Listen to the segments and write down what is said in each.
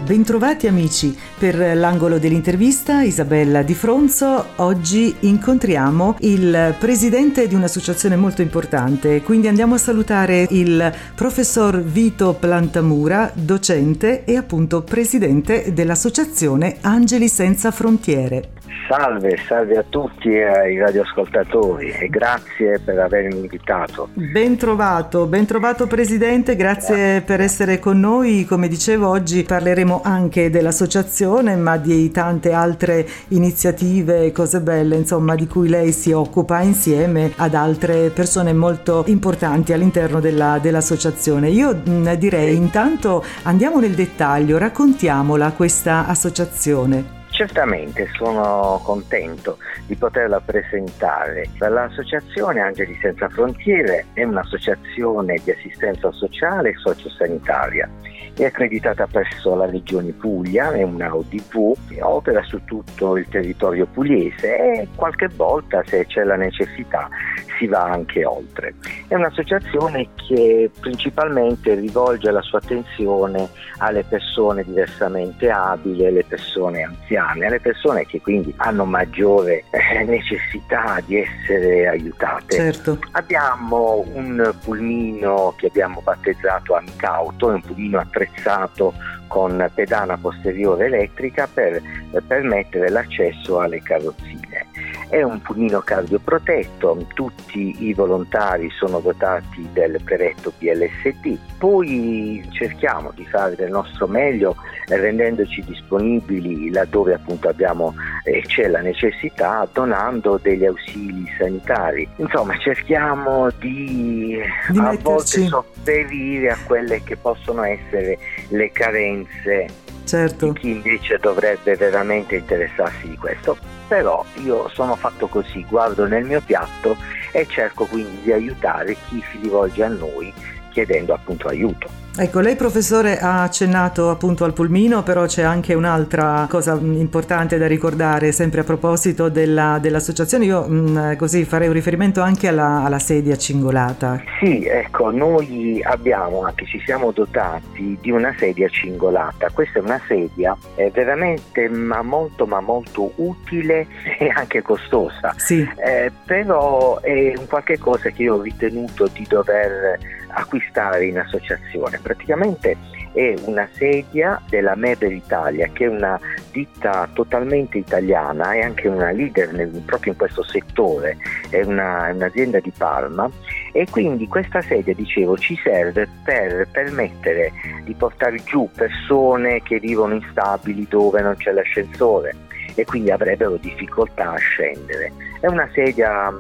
Bentrovati amici, per l'angolo dell'intervista Isabella Di Fronzo. Oggi incontriamo il presidente di un'associazione molto importante, quindi andiamo a salutare il professor Vito Plantamura, docente e appunto presidente dell'associazione Angeli Senza Frontiere. Salve a tutti e ai radioascoltatori e grazie per avermi invitato. Ben trovato Presidente, grazie per essere con noi. Come dicevo, oggi parleremo anche dell'associazione, ma di tante altre iniziative, cose belle, insomma, di cui lei si occupa insieme ad altre persone molto importanti all'interno dell'associazione. Io direi intanto andiamo nel dettaglio, raccontiamola questa associazione. Certamente, sono contento di poterla presentare. L'associazione Angeli Senza Frontiere è un'associazione di assistenza sociale e sociosanitaria. È accreditata presso la Regione Puglia, è una ODV, opera su tutto il territorio pugliese e qualche volta, se c'è la necessità, si va anche oltre. È un'associazione che principalmente rivolge la sua attenzione alle persone diversamente abili, alle persone anziane, alle persone che quindi hanno maggiore necessità di essere aiutate. Certo. Abbiamo un pulmino che abbiamo battezzato Amicauto, è un pulmino attrezzato con pedana posteriore elettrica per permettere l'accesso alle carrozzine. È un pulmino cardioprotetto, tutti i volontari sono dotati del brevetto BLSD, poi cerchiamo di fare del nostro meglio rendendoci disponibili laddove appunto c'è la necessità, donando degli ausili sanitari. Insomma, cerchiamo di a volte sopperire a quelle che possono essere le carenze. Certo. Di chi invece dovrebbe veramente interessarsi di questo. Però io sono fatto così, guardo nel mio piatto e cerco quindi di aiutare chi si rivolge a noi chiedendo appunto aiuto. Ecco, lei professore ha accennato appunto al pulmino, però c'è anche un'altra cosa importante da ricordare, sempre a proposito dell'associazione. Io così farei un riferimento anche alla sedia cingolata. Sì, ecco, noi ci siamo dotati di una sedia cingolata. Questa è una sedia veramente molto utile e anche costosa. Sì. Però è un qualche cosa che io ho ritenuto di dover acquistare in associazione. Praticamente è una sedia della Meber Italia, che è una ditta totalmente italiana e anche una leader proprio in questo settore, è un'azienda di Parma, e quindi questa sedia, dicevo, ci serve per permettere di portare giù persone che vivono instabili dove non c'è l'ascensore e quindi avrebbero difficoltà a scendere. È una sedia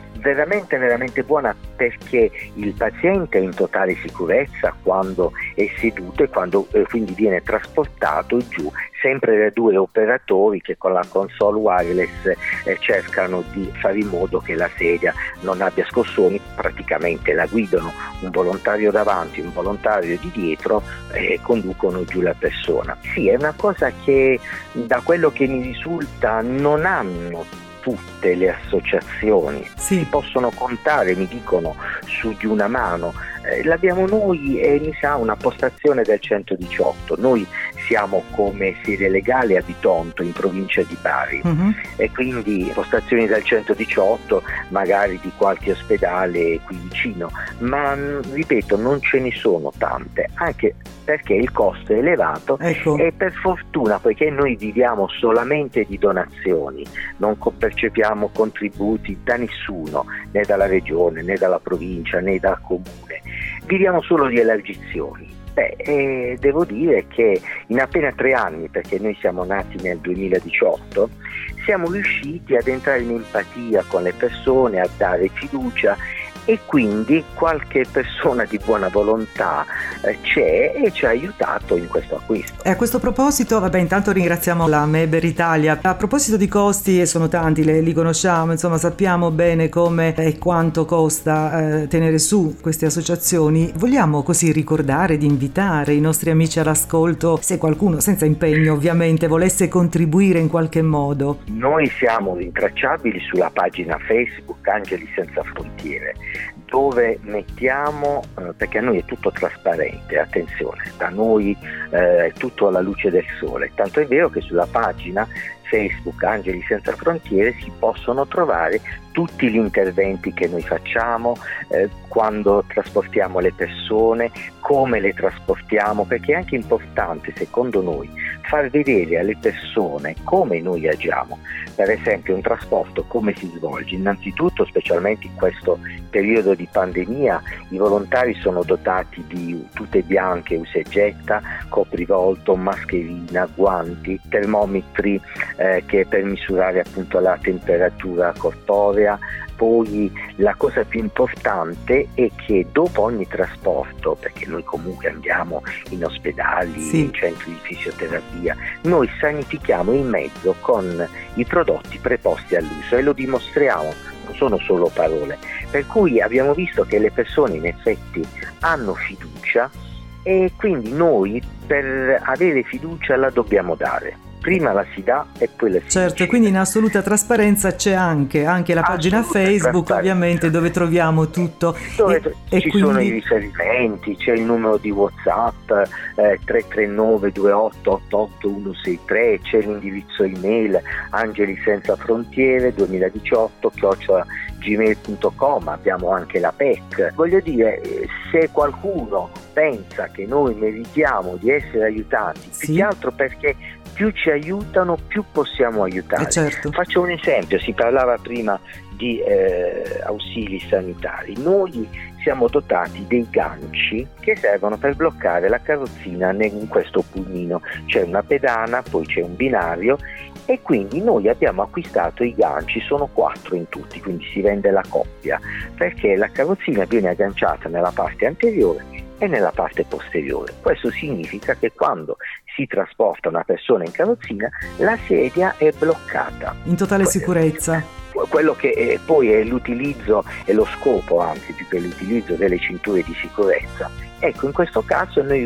veramente buona, perché il paziente è in totale sicurezza quando è seduto e quando quindi viene trasportato giù, sempre da due operatori che con la console wireless cercano di fare in modo che la sedia non abbia scossoni, praticamente la guidano un volontario davanti, un volontario di dietro e conducono giù la persona. Sì, è una cosa che da quello che mi risulta non hanno tutte le associazioni. Sì. Si possono contare, mi dicono, su di una mano. L'abbiamo noi e mi sa una postazione del 118. Noi siamo come sede legale a Bitonto, in provincia di Bari, e quindi postazioni del 118 magari di qualche ospedale qui vicino, ma ripeto, non ce ne sono tante, anche perché il costo è elevato. Ecco. E per fortuna, poiché noi viviamo solamente di donazioni, non percepiamo contributi da nessuno, né dalla regione, né dalla provincia, né dal comune, viviamo solo di elargizioni. Devo dire che in appena 3 anni, perché noi siamo nati nel 2018, siamo riusciti ad entrare in empatia con le persone, a dare fiducia, e quindi qualche persona di buona volontà c'è e ci ha aiutato in questo acquisto. E a questo proposito, intanto ringraziamo la Meber Italia. A proposito di costi, e sono tanti, li conosciamo, insomma sappiamo bene come e quanto costa tenere su queste associazioni. Vogliamo così ricordare di invitare i nostri amici all'ascolto, se qualcuno, senza impegno ovviamente, volesse contribuire in qualche modo. Noi siamo rintracciabili sulla pagina Facebook Angeli Senza Frontiere, dove mettiamo, perché a noi è tutto trasparente, attenzione, da noi è tutto alla luce del sole, tanto è vero che sulla pagina Facebook Angeli Senza Frontiere si possono trovare tutti gli interventi che noi facciamo, quando trasportiamo le persone, come le trasportiamo, perché è anche importante, secondo noi, far vedere alle persone come noi agiamo. Per esempio un trasporto come si svolge? Innanzitutto, specialmente in questo periodo di pandemia, i volontari sono dotati di tute bianche, usa e getta, coprivolto, mascherina, guanti, termometri che per misurare appunto la temperatura corporea. Poi la cosa più importante è che dopo ogni trasporto, perché noi comunque andiamo in ospedali, sì, in centri di fisioterapia, noi sanifichiamo il mezzo con i prodotti preposti all'uso e lo dimostriamo, non sono solo parole. Per cui abbiamo visto che le persone in effetti hanno fiducia e quindi noi per avere fiducia la dobbiamo dare. Prima la si dà e poi la si Certo, riceve. quindi in assoluta trasparenza c'è anche la pagina Facebook, ovviamente, dove troviamo tutto. Dove ci quindi sono i riferimenti, c'è il numero di WhatsApp 339 28 88 163, c'è l'indirizzo email Angeli Senza Frontiere 2018 @gmail.com, abbiamo anche la PEC. Voglio dire, se qualcuno pensa che noi meritiamo di essere aiutati, sì, più che altro perché più ci aiutano, più possiamo aiutare. Certo. Faccio un esempio, si parlava prima di ausili sanitari. Noi siamo dotati dei ganci che servono per bloccare la carrozzina in questo pulmino. C'è una pedana, poi c'è un binario e quindi noi abbiamo acquistato i ganci, sono 4 in tutti, quindi si vende la coppia, perché la carrozzina viene agganciata nella parte anteriore e nella parte posteriore. Questo significa che quando si trasporta una persona in carrozzina, la sedia è bloccata. In totale sicurezza. Quello che poi è l'utilizzo e lo scopo, anzi più che l'utilizzo delle cinture di sicurezza. Ecco, in questo caso noi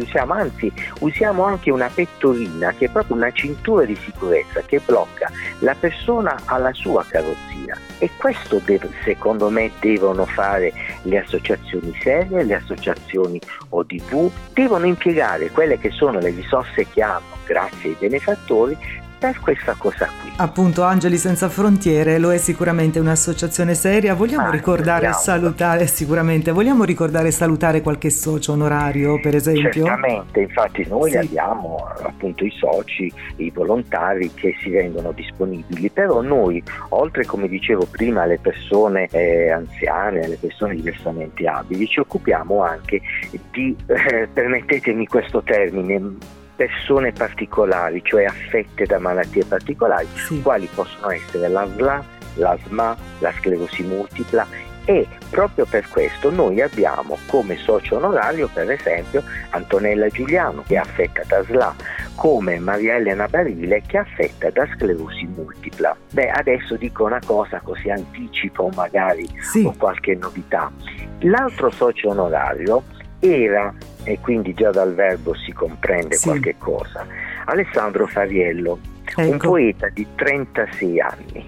usiamo anche una pettorina, che è proprio una cintura di sicurezza che blocca la persona alla sua carrozzina. E questo secondo me devono fare le associazioni serie, le associazioni ODV, devono impiegare quelle che sono le risorse che hanno grazie ai benefattori per questa cosa qui. Appunto, Angeli Senza Frontiere lo è sicuramente un'associazione seria. Vogliamo ricordare e salutare sicuramente. Vogliamo ricordare e salutare qualche socio onorario, per esempio? Certamente, infatti noi sì, abbiamo appunto i soci, i volontari che si rendono disponibili, però noi, oltre come dicevo prima alle persone anziane, alle persone diversamente abili, ci occupiamo anche di, permettetemi questo termine, persone particolari, cioè affette da malattie particolari, sì, quali possono essere la SLA, l'asma, la sclerosi multipla, e proprio per questo noi abbiamo come socio onorario per esempio Antonella Giuliano, che è affetta da SLA, come Maria Elena Barile, che è affetta da sclerosi multipla. Adesso dico una cosa, così anticipo magari o qualche novità. L'altro socio onorario era, e quindi già dal verbo si comprende qualche cosa, Alessandro Fariello, un poeta di 36 anni,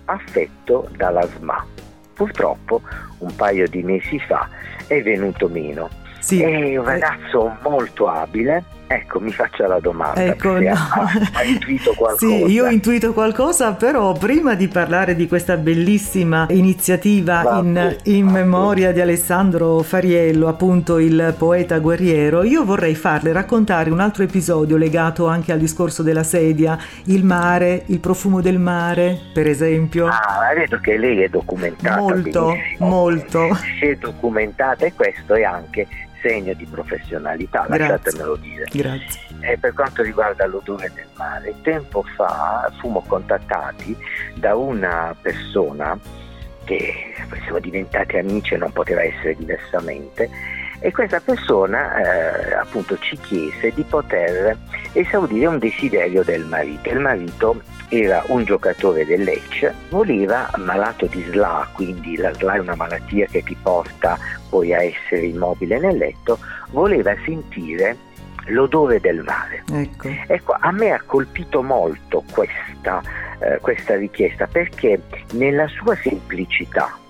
affetto dall'asma. Purtroppo un paio di mesi fa è venuto meno. È un ragazzo molto abile. Ecco, mi faccia la domanda. Ecco, no. Hai intuito qualcosa? Sì, io ho intuito qualcosa, però prima di parlare di questa bellissima iniziativa in memoria di Alessandro Fariello, appunto il poeta guerriero, io vorrei farle raccontare un altro episodio legato anche al discorso della sedia, il mare, il profumo del mare, per esempio. Vedo che lei è documentata molto, benissimo. Molto. Si è documentata e questo è anche segno di professionalità, lasciatemelo dire. Grazie. Per quanto riguarda l'odore del mare, tempo fa fummo contattati da una persona che siamo diventati amici e non poteva essere diversamente, e questa persona appunto ci chiese di poter esaudire un desiderio del marito. Il marito era un giocatore del Lecce, voleva, malato di SLA, quindi la SLA è una malattia che ti porta poi a essere immobile nel letto, voleva sentire l'odore del mare. Ecco, a me ha colpito molto questa richiesta, perché nella sua semplicità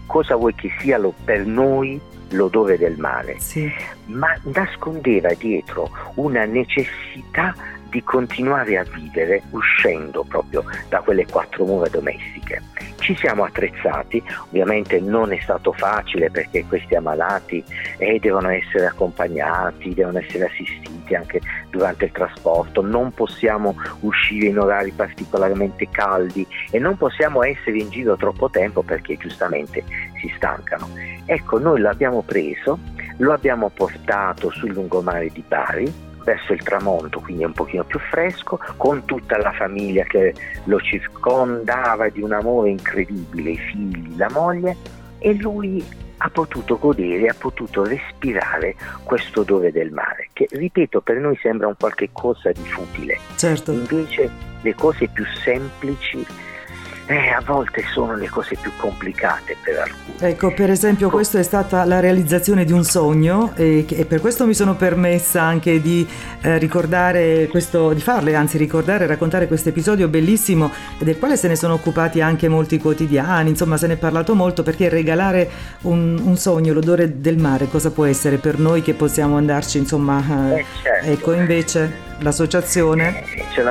cosa vuoi che sia per noi l'odore del mare, sì, ma nascondeva dietro una necessità di continuare a vivere uscendo proprio da quelle 4 mura domestiche. Ci siamo attrezzati, ovviamente non è stato facile perché questi ammalati devono essere accompagnati, devono essere assistiti anche durante il trasporto, non possiamo uscire in orari particolarmente caldi e non possiamo essere in giro troppo tempo perché giustamente si stancano. Ecco, noi l'abbiamo preso, lo abbiamo portato sul lungomare di Bari, verso il tramonto, quindi un pochino più fresco, con tutta la famiglia che lo circondava di un amore incredibile, i figli, la moglie, e lui ha potuto godere, ha potuto respirare questo odore del mare, che ripeto per noi sembra un qualche cosa di futile, certo. Invece le cose più semplici a volte sono le cose più complicate per alcuni. Ecco, per esempio questa è stata la realizzazione di un sogno e per questo mi sono permessa anche di ricordare questo, di farle anzi ricordare e raccontare questo episodio bellissimo del quale se ne sono occupati anche molti quotidiani, insomma se ne è parlato molto, perché regalare un sogno, l'odore del mare, cosa può essere per noi che possiamo andarci, insomma, certo. Ecco, invece l'associazione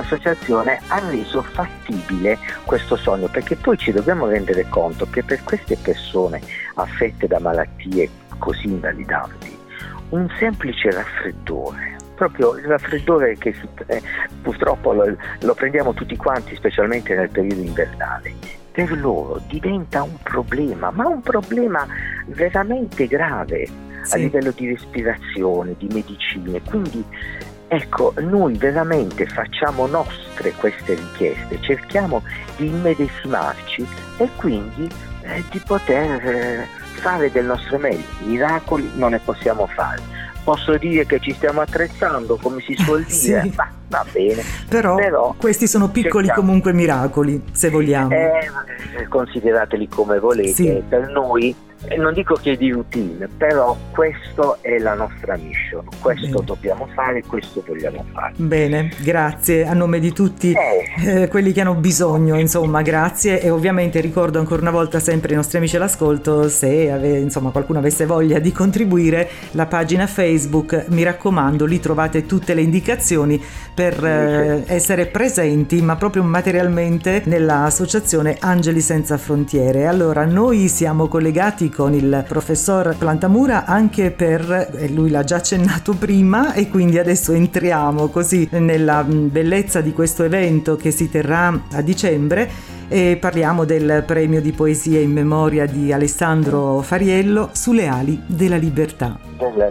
ha reso fattibile questo sogno, perché poi ci dobbiamo rendere conto che per queste persone affette da malattie così invalidanti un semplice raffreddore, proprio il raffreddore che purtroppo lo prendiamo tutti quanti, specialmente nel periodo invernale, per loro diventa un problema, ma un problema veramente grave a livello di respirazione, di medicine. Quindi ecco, noi veramente facciamo nostre queste richieste, cerchiamo di immedesimarci e quindi di poter fare del nostro meglio. Miracoli non ne possiamo fare. Posso dire che ci stiamo attrezzando, come si suol dire, sì. Ma va bene. Però questi sono piccoli comunque miracoli, se vogliamo. Considerateli come volete, sì. Per noi non dico che è di routine, però questo è la nostra mission, questo dobbiamo fare, questo vogliamo fare. Bene, grazie a nome di tutti quelli che hanno bisogno, insomma, grazie, e ovviamente ricordo ancora una volta sempre ai nostri amici all'ascolto, se insomma qualcuno avesse voglia di contribuire, la pagina Facebook, mi raccomando, lì trovate tutte le indicazioni per essere presenti, ma proprio materialmente, nell'associazione Angeli Senza Frontiere. Allora, noi siamo collegati con il professor Plantamura anche lui l'ha già accennato prima, e quindi adesso entriamo così nella bellezza di questo evento che si terrà a dicembre e parliamo del premio di poesia in memoria di Alessandro Fariello, Sulle ali della libertà.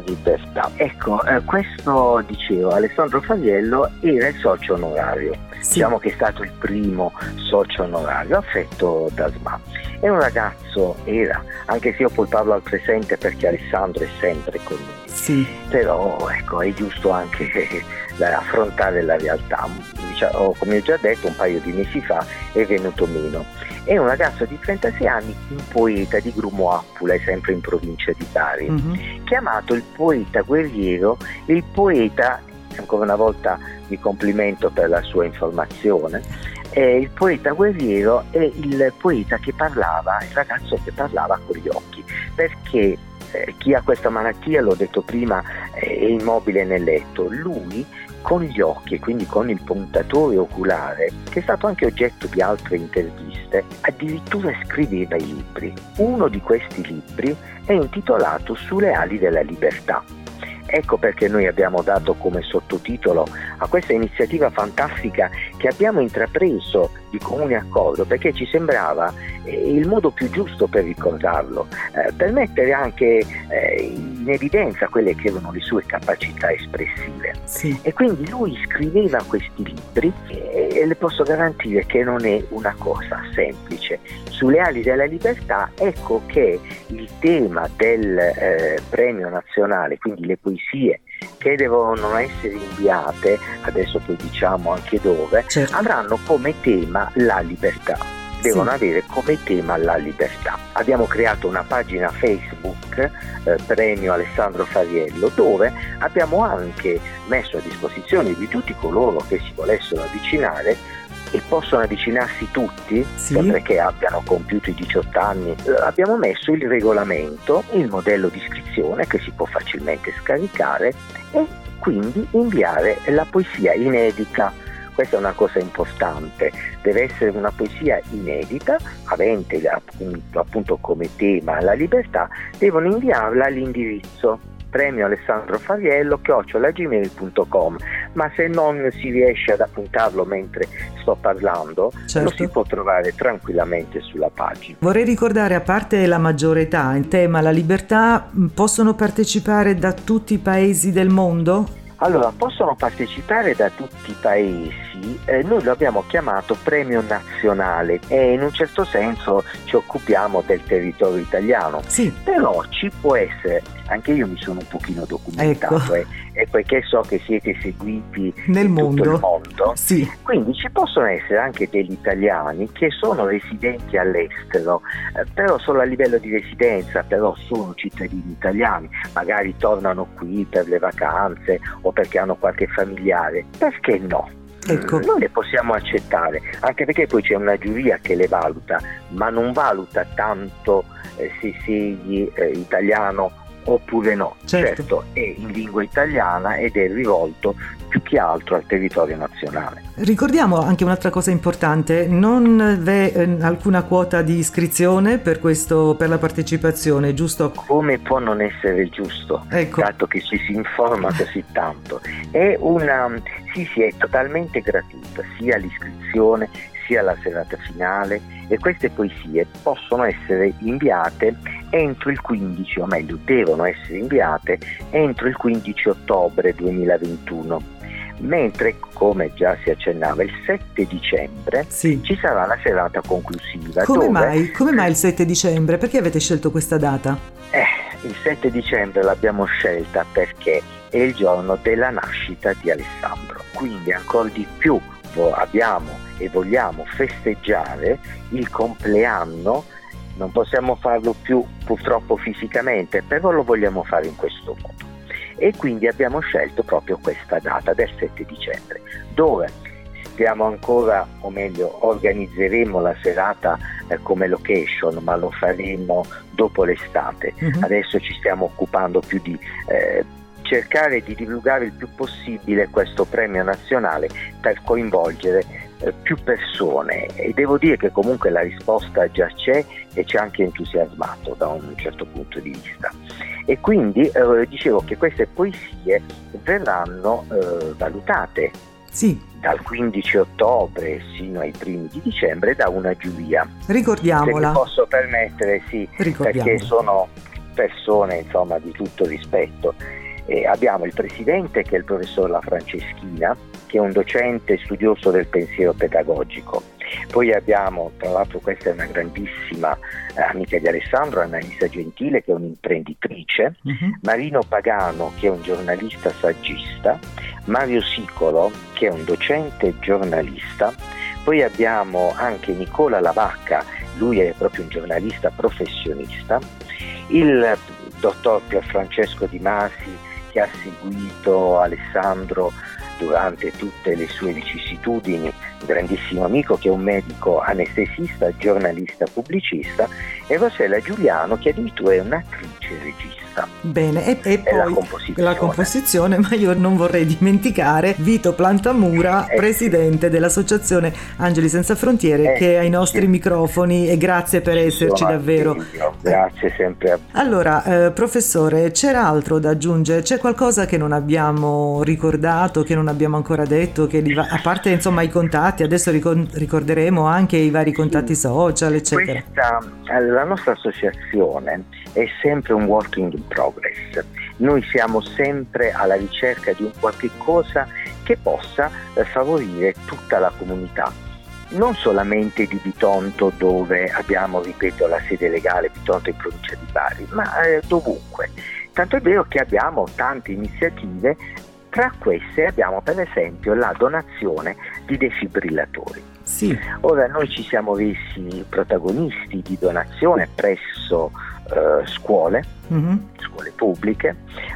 Ecco, questo, dicevo, Alessandro Fariello era il socio onorario, diciamo che è stato il primo socio onorario affetto da SMA. È un ragazzo, anche se io poi parlo al presente perché Alessandro è sempre con noi, però ecco, è giusto anche affrontare la realtà. Diciamo, come ho già detto, un paio di mesi fa è venuto meno. È un ragazzo di 36 anni, un poeta di Grumo Appula, sempre in provincia di Bari, chiamato il poeta guerriero, il poeta, ancora una volta mi complimento per la sua informazione, il poeta guerriero è il poeta che parlava, il ragazzo che parlava con gli occhi, perché chi ha questa malattia, l'ho detto prima, è immobile nel letto. Lui con gli occhi, e quindi con il puntatore oculare, che è stato anche oggetto di altre interviste, addirittura scriveva i libri. Uno di questi libri è intitolato Sulle ali della libertà. Ecco perché noi abbiamo dato come sottotitolo a questa iniziativa fantastica che abbiamo intrapreso di comune accordo, perché ci sembrava il modo più giusto per ricordarlo, per mettere anche in evidenza quelle che erano le sue capacità espressive. E quindi lui scriveva questi libri e le posso garantire che non è una cosa semplice. Sulle ali della libertà, ecco che il tema del premio nazionale, quindi le poesie che devono essere inviate, adesso poi diciamo anche dove, avranno come tema la libertà. devono avere come tema la libertà. Abbiamo creato una pagina Facebook, Premio Alessandro Fariello, dove abbiamo anche messo a disposizione di tutti coloro che si volessero avvicinare, e possono avvicinarsi tutti, sempre che abbiano compiuto i 18 anni. Abbiamo messo il regolamento, il modello di iscrizione che si può facilmente scaricare e quindi inviare la poesia inedita. Questa è una cosa importante, deve essere una poesia inedita, avente appunto come tema la libertà. Devono inviarla all'indirizzo premioalessandrofariello@gmail.com, ma se non si riesce ad appuntarlo mentre sto parlando, lo si può trovare tranquillamente sulla pagina. Vorrei ricordare, a parte la maggiore età, in tema la libertà, possono partecipare da tutti i paesi del mondo? Allora, possono partecipare da tutti i paesi, noi lo abbiamo chiamato premio nazionale e in un certo senso ci occupiamo del territorio italiano, però ci può essere, anche io mi sono un pochino documentato, e poiché so che siete seguiti nel mondo, tutto il mondo, quindi ci possono essere anche degli italiani che sono residenti all'estero, però solo a livello di residenza, però sono cittadini italiani, magari tornano qui per le vacanze o perché hanno qualche familiare. Perché no? Noi le possiamo accettare, anche perché poi c'è una giuria che le valuta, ma non valuta tanto se sei italiano oppure no. Certo, è in lingua italiana ed è rivolto più che altro al territorio nazionale. Ricordiamo anche un'altra cosa importante: non v'è alcuna quota di iscrizione per la partecipazione, giusto? Come può non essere giusto, dato che ci si informa così tanto? È totalmente gratuita, sia l'iscrizione sia la serata finale, e queste poesie possono essere inviate entro il 15, o meglio devono essere inviate entro il 15 ottobre 2021, mentre, come già si accennava, il 7 dicembre ci sarà la serata conclusiva. Come mai il 7 dicembre? Perché avete scelto questa data? Il 7 dicembre l'abbiamo scelta perché è il giorno della nascita di Alessandro, quindi ancora di più abbiamo e vogliamo festeggiare il compleanno. Non possiamo farlo più purtroppo fisicamente, però lo vogliamo fare in questo modo, e quindi abbiamo scelto proprio questa data del 7 dicembre, dove stiamo ancora, o meglio organizzeremo la serata come location, ma lo faremo dopo l'estate. Adesso ci stiamo occupando più di cercare di divulgare il più possibile questo premio nazionale per coinvolgere più persone, e devo dire che comunque la risposta già c'è e ci ha anche entusiasmato da un certo punto di vista, e quindi dicevo che queste poesie verranno valutate dal 15 ottobre sino ai primi di dicembre da una giuria. Ricordiamola. Se mi posso permettere, perché sono persone insomma di tutto rispetto. Abbiamo il presidente, che è il professor La Franceschina, che è un docente studioso del pensiero pedagogico. Poi abbiamo, tra l'altro questa è una grandissima amica di Alessandro, Annalisa Gentile, che è un'imprenditrice, Marino Pagano, che è un giornalista saggista, Mario Sicolo, che è un docente giornalista. Poi abbiamo anche Nicola Lavacca, lui è proprio un giornalista professionista, il dottor Pierfrancesco Di Masi, che ha seguito Alessandro durante tutte le sue vicissitudini, un grandissimo amico, che è un medico anestesista, giornalista, pubblicista, e Rossella Giuliano, che addirittura è un'attrice regista. Bene, e poi la composizione, ma io non vorrei dimenticare Vito Plantamura, presidente dell'associazione Angeli Senza Frontiere, che è ai nostri microfoni, e grazie per esserci davvero. Grazie sempre a voi. Allora, professore, c'era altro da aggiungere? C'è qualcosa che non abbiamo ricordato, che non abbiamo ancora detto, a parte insomma i contatti, adesso ricorderemo anche i vari contatti social, eccetera. La nostra associazione è sempre un working in progress. Noi siamo sempre alla ricerca di un qualche cosa che possa favorire tutta la comunità, non solamente di Bitonto, dove abbiamo, ripeto, la sede legale Bitonto in provincia di Bari, ma dovunque. Tanto è vero che abbiamo tante iniziative. Tra queste abbiamo per esempio la donazione di defibrillatori. Sì. Ora noi ci siamo resi protagonisti di donazione presso scuole pubbliche,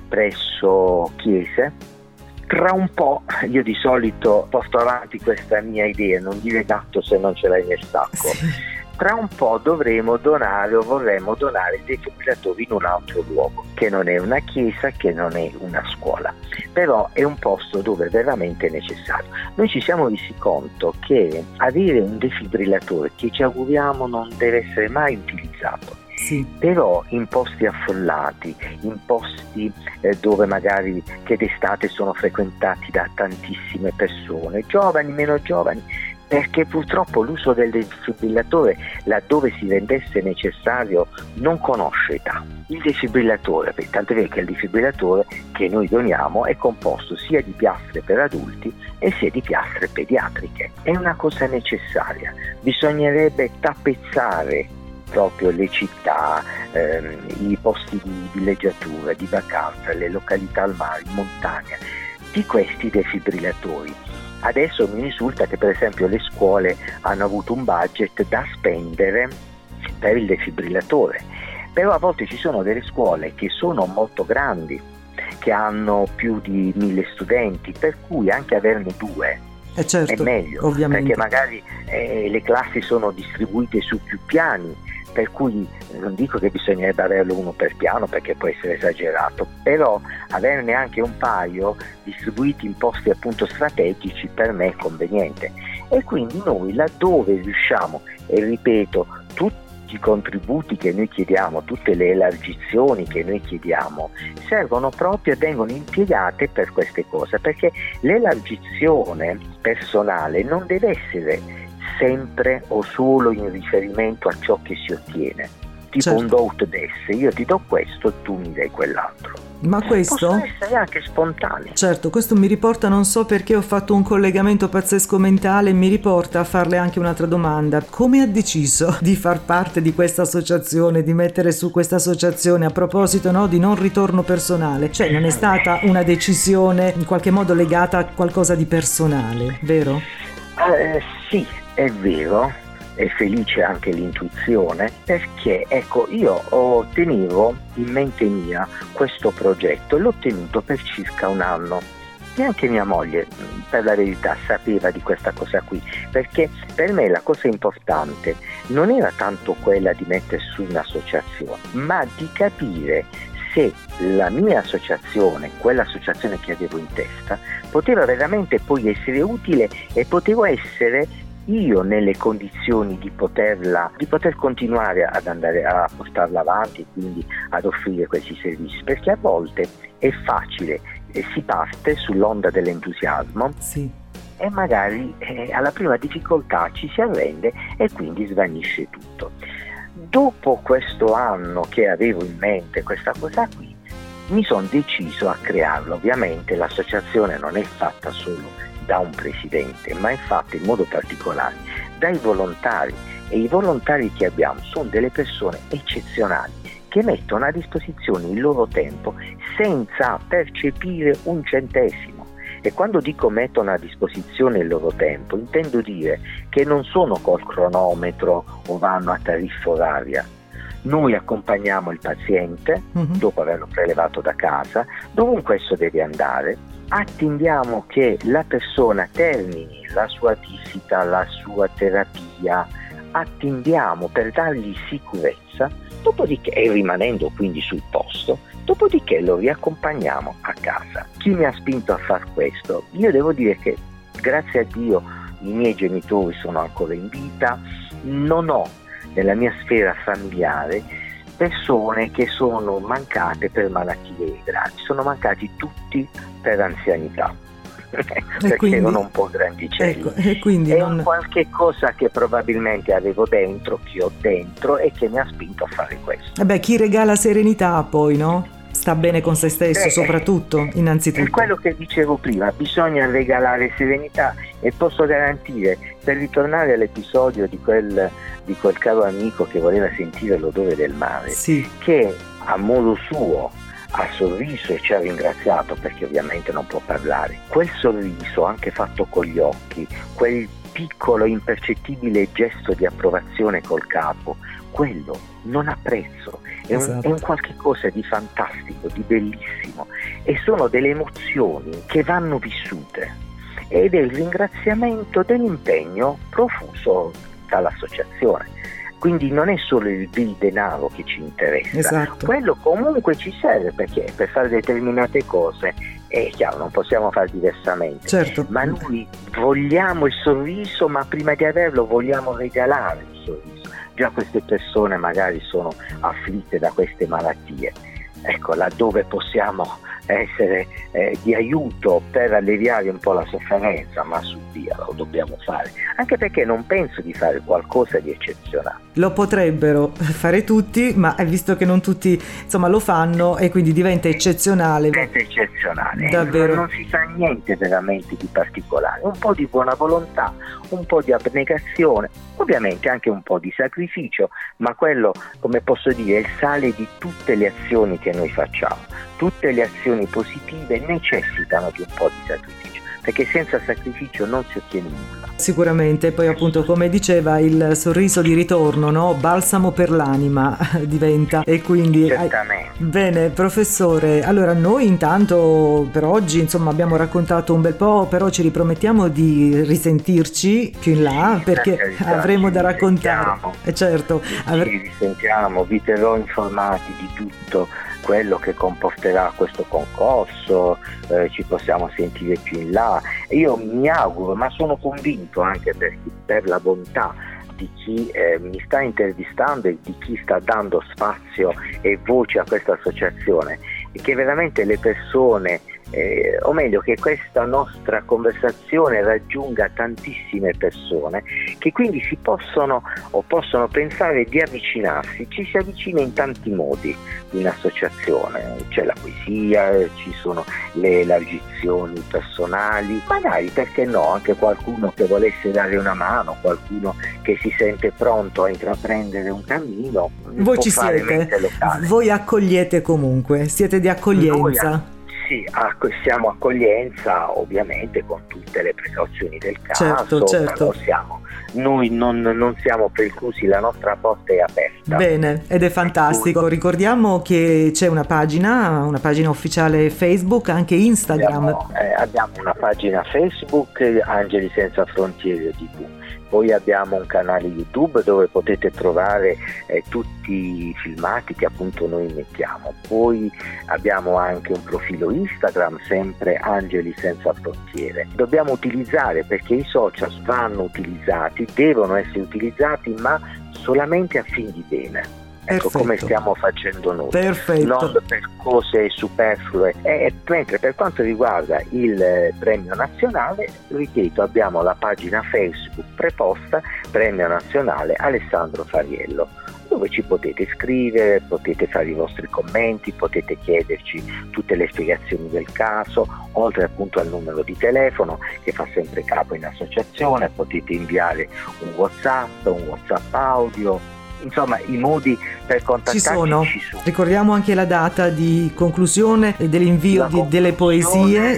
presso chiese. Tra un po', io di solito porto avanti questa mia idea, non dire gatto se non ce l'hai nel sacco. Sì. Tra un po' dovremo donare o vorremmo donare dei defibrillatori in un altro luogo, che non è una chiesa, che non è una scuola, però è un posto dove è veramente necessario. Noi ci siamo resi conto che avere un defibrillatore, che ci auguriamo non deve essere mai utilizzato, sì, però in posti affollati, in posti dove magari che d'estate sono frequentati da tantissime persone, giovani, meno giovani, perché purtroppo l'uso del defibrillatore, laddove si rendesse necessario, non conosce età. Il defibrillatore, tanto è vero che il defibrillatore che noi doniamo è composto sia di piastre per adulti e sia di piastre pediatriche. È una cosa necessaria. Bisognerebbe tappezzare proprio le città, i posti di villeggiatura, di vacanza, le località al mare, in montagna, di questi defibrillatori. Adesso mi risulta che per esempio le scuole hanno avuto un budget da spendere per il defibrillatore, però a volte ci sono delle scuole che sono molto grandi, che hanno più di 1000 studenti, per cui anche averne 2 certo, è meglio, ovviamente. Perché magari le classi sono distribuite su più piani, per cui non dico che bisognerebbe averlo uno per piano perché può essere esagerato, però averne anche un paio distribuiti in posti appunto strategici per me è conveniente. E quindi noi laddove riusciamo, e ripeto, tutti i contributi che noi chiediamo, tutte le elargizioni che noi chiediamo servono proprio e vengono impiegate per queste cose, perché l'elargizione personale non deve essere sempre o solo in riferimento a ciò che si ottiene, tipo certo, un do ut des, io ti do questo, tu mi dai quell'altro. Ma questo possono essere anche spontanei. Certo, questo mi riporta, non so perché ho fatto un collegamento pazzesco mentale, mi riporta a farle anche un'altra domanda. Come ha deciso di far parte di questa associazione, di mettere su questa associazione, a proposito, no, di non ritorno personale? Cioè non è stata una decisione in qualche modo legata a qualcosa di personale, vero? Sì, è vero, è felice anche l'intuizione, perché ecco, io tenevo in mente mia questo progetto e l'ho tenuto per circa un anno. Neanche mia moglie, per la verità, sapeva di questa cosa qui, perché per me la cosa importante non era tanto quella di mettere su un'associazione, ma di capire se la mia associazione, quell'associazione che avevo in testa, poteva veramente poi essere utile e potevo essere io nelle condizioni di poter continuare ad andare a portarla avanti e quindi ad offrire questi servizi, perché a volte è facile, si parte sull'onda dell'entusiasmo, sì, e magari alla prima difficoltà ci si arrende e quindi svanisce tutto. Dopo questo anno che avevo in mente questa cosa qui, mi sono deciso a crearla. Ovviamente l'associazione non è fatta solo da un presidente, ma è fatta in modo particolare dai volontari, e i volontari che abbiamo sono delle persone eccezionali che mettono a disposizione il loro tempo senza percepire un centesimo. E quando dico mettono a disposizione il loro tempo, intendo dire che non sono col cronometro o vanno a tariffa oraria. Noi accompagniamo il paziente dopo averlo prelevato da casa, dovunque esso deve andare, attendiamo che la persona termini la sua visita, la sua terapia, attendiamo per dargli sicurezza, dopodiché, e rimanendo quindi sul posto, dopodiché lo riaccompagniamo a casa. Chi mi ha spinto a far questo? Io devo dire che grazie a Dio i miei genitori sono ancora in vita, non ho nella mia sfera familiare persone che sono mancate per malattie gravi, sono mancati tutti per anzianità, perché quindi, erano un po' grandicelli. Ecco, e quindi è un qualche cosa che probabilmente avevo dentro, che ho dentro e che mi ha spinto a fare questo. Chi regala serenità poi, no? Sta bene con se stesso, soprattutto, innanzitutto. È quello che dicevo prima, bisogna regalare serenità, e posso garantire, per ritornare all'episodio di quel caro amico che voleva sentire l'odore del mare, sì, che a modo suo ha sorriso e ci ha ringraziato, perché ovviamente non può parlare. Quel sorriso, anche fatto con gli occhi, quel piccolo impercettibile gesto di approvazione col capo, quello non ha prezzo, è un qualche cosa di fantastico, di bellissimo, e sono delle emozioni che vanno vissute, ed è il ringraziamento dell'impegno profuso dall'associazione. Quindi non è solo il denaro che ci interessa, quello comunque ci serve, perché per fare determinate cose è chiaro, non possiamo fare diversamente, ma noi vogliamo il sorriso, ma prima di averlo vogliamo regalare il sorriso. Già queste persone magari sono afflitte da queste malattie, ecco, laddove possiamo essere di aiuto per alleviare un po' la sofferenza, ma su via lo dobbiamo fare, anche perché non penso di fare qualcosa di eccezionale. Lo potrebbero fare tutti, ma visto che non tutti lo fanno, e quindi diventa eccezionale. Diventa eccezionale, davvero. Non si fa niente veramente di particolare, un po' di buona volontà, un po' di abnegazione, ovviamente anche un po' di sacrificio, ma quello, come posso dire, è il sale di tutte le azioni che noi facciamo. Tutte le azioni positive necessitano di un po' di sacrificio, perché senza sacrificio non si ottiene nulla. Sicuramente, poi appunto, come diceva, il sorriso di ritorno, no? Balsamo per l'anima diventa, e quindi certamente. Bene, professore, allora noi intanto per oggi abbiamo raccontato un bel po', però ci ripromettiamo di risentirci più in là, perché avremo da raccontare. Certo, ci risentiamo, vi terrò informati di tutto quello che comporterà questo concorso, ci possiamo sentire più in là. Io mi auguro, ma sono convinto anche per la bontà di chi mi sta intervistando e di chi sta dando spazio e voce a questa associazione, che veramente le persone, o meglio, che questa nostra conversazione raggiunga tantissime persone, che quindi possono pensare di avvicinarsi. Ci si avvicina in tanti modi in associazione, c'è la poesia, ci sono le elargizioni personali, magari, perché no, anche qualcuno che volesse dare una mano, qualcuno che si sente pronto a intraprendere un cammino. Voi ci siete, voi accogliete comunque, siete di accoglienza. Sì, siamo accoglienza, ovviamente con tutte le precauzioni del caso, certo. Noi non siamo preclusi, la nostra porta è aperta. Bene, ed è fantastico. Ricordiamo che c'è una pagina ufficiale Facebook, anche Instagram. Abbiamo una pagina Facebook, Angeli Senza Frontiere TV. Poi abbiamo un canale YouTube dove potete trovare tutti i filmati che appunto noi mettiamo. Poi abbiamo anche un profilo Instagram, sempre Angeli Senza Frontiere. Dobbiamo utilizzare, perché i social vanno utilizzati, devono essere utilizzati, ma solamente a fin di bene. Ecco, come stiamo facendo noi, non per cose superflue. Mentre per quanto riguarda il premio nazionale, ripeto, abbiamo la pagina Facebook preposta Premio Nazionale Alessandro Fariello, dove ci potete scrivere, potete fare i vostri commenti, potete chiederci tutte le spiegazioni del caso, oltre appunto al numero di telefono che fa sempre capo in associazione. Potete inviare un WhatsApp audio. Insomma, i modi per contattarci ci sono. Ricordiamo anche la data di conclusione dell'invio delle poesie.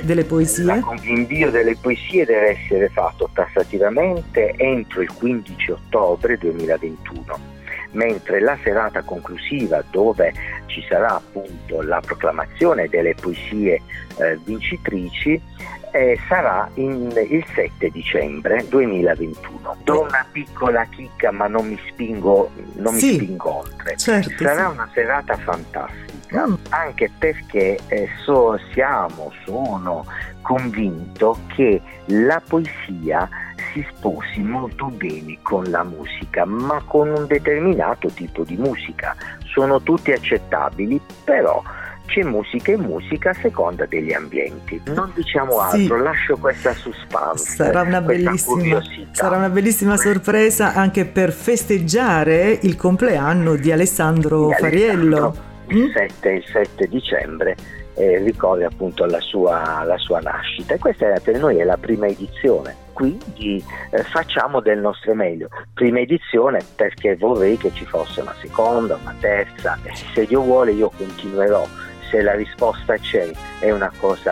L'invio delle poesie deve essere fatto tassativamente entro il 15 ottobre 2021, mentre la serata conclusiva, dove ci sarà appunto la proclamazione delle poesie vincitrici, sarà il 7 dicembre 2021. Do una piccola chicca, ma non mi spingo oltre. Certo, sarà una serata fantastica, anche perché sono convinto che la poesia si sposi molto bene con la musica, ma con un determinato tipo di musica. Sono tutti accettabili, però c'è musica e musica a seconda degli ambienti. Non diciamo altro, lascio questa suspense. Sarà una bellissima sorpresa anche per festeggiare il compleanno di Alessandro Fariello. Il 7 dicembre ricorre appunto la sua nascita, e questa per noi è la prima edizione. Quindi facciamo del nostro meglio. Prima edizione perché vorrei che ci fosse una seconda, una terza, se Dio vuole io continuerò. Se la risposta c'è, è una cosa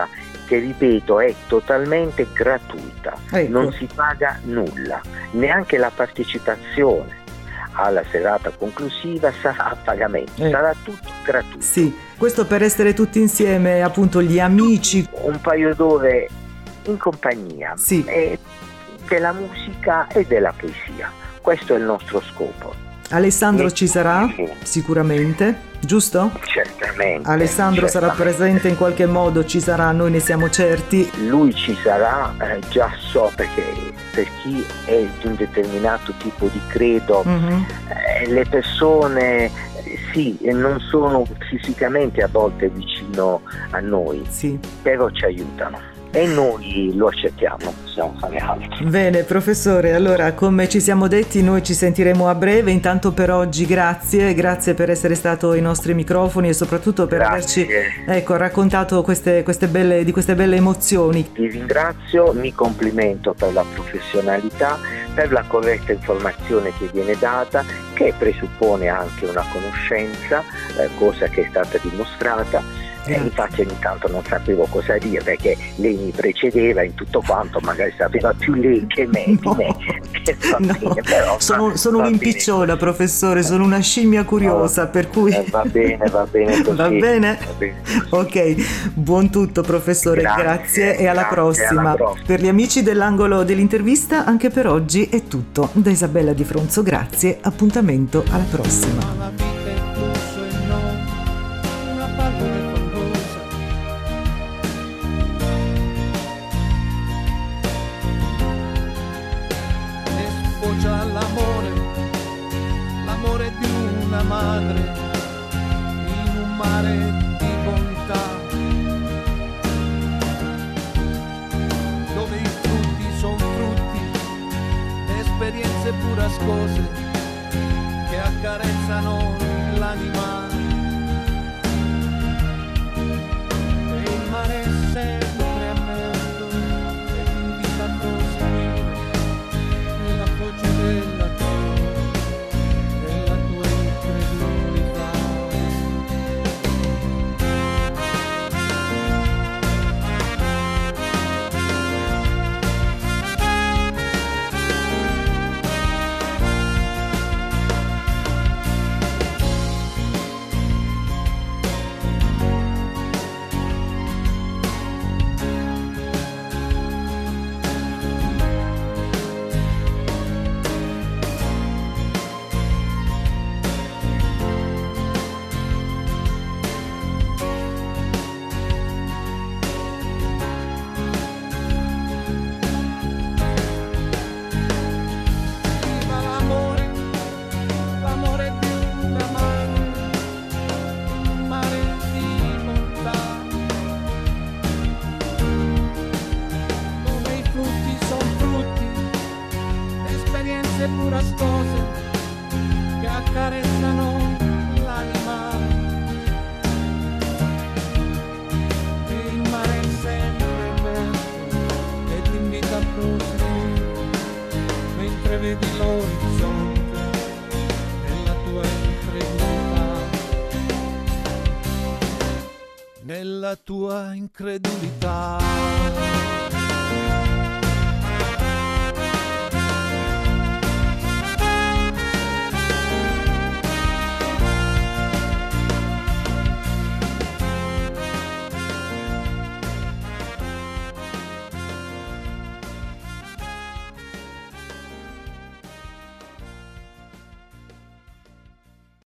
che ripeto è totalmente gratuita, Ecco. non si paga nulla, neanche la partecipazione alla serata conclusiva sarà a pagamento, sarà tutto gratuito. Sì, questo per essere tutti insieme, appunto gli amici. Un paio d'ore in compagnia Sì. della musica e della poesia, questo è il nostro scopo. Alessandro ci sarà sicuramente, giusto? Certamente. Alessandro sarà presente in qualche modo, ci sarà, noi ne siamo certi. Lui ci sarà, già so, perché per chi è di un determinato tipo di credo, le persone sì, non sono fisicamente a volte vicino a noi, sì, però ci aiutano. E noi lo accettiamo, possiamo fare altro. Bene, professore, allora come ci siamo detti noi ci sentiremo a breve. Intanto per oggi grazie per essere stato ai nostri microfoni e soprattutto per averci raccontato queste belle emozioni. Vi ringrazio, mi complimento per la professionalità, per la corretta informazione che viene data, che presuppone anche una conoscenza, cosa che è stata dimostrata. Infatti ogni tanto non sapevo cosa dire, perché lei mi precedeva in tutto quanto, magari sapeva più lei che me, No. di me. Bene, però, sono un'impicciona, professore, sono una scimmia curiosa, per cui va bene così. Va bene? Va bene così. Ok, buon tutto professore, grazie e alla prossima. Per gli amici dell'angolo dell'intervista anche per oggi è tutto. Da Isabella Di Fronzo, grazie, appuntamento alla prossima. L'amore di una madre in un mare di bontà, dove i frutti son frutti, esperienze burrascose che accarezzano l'anima, e il mare è sempre aperto e ti invita a proseguire nella voce della burrascose che accarezzano l'anima, e il mare è sempre aperto e ti invita a proseguire mentre vedi l'orizzonte nella tua incredulità, nella tua incredulità.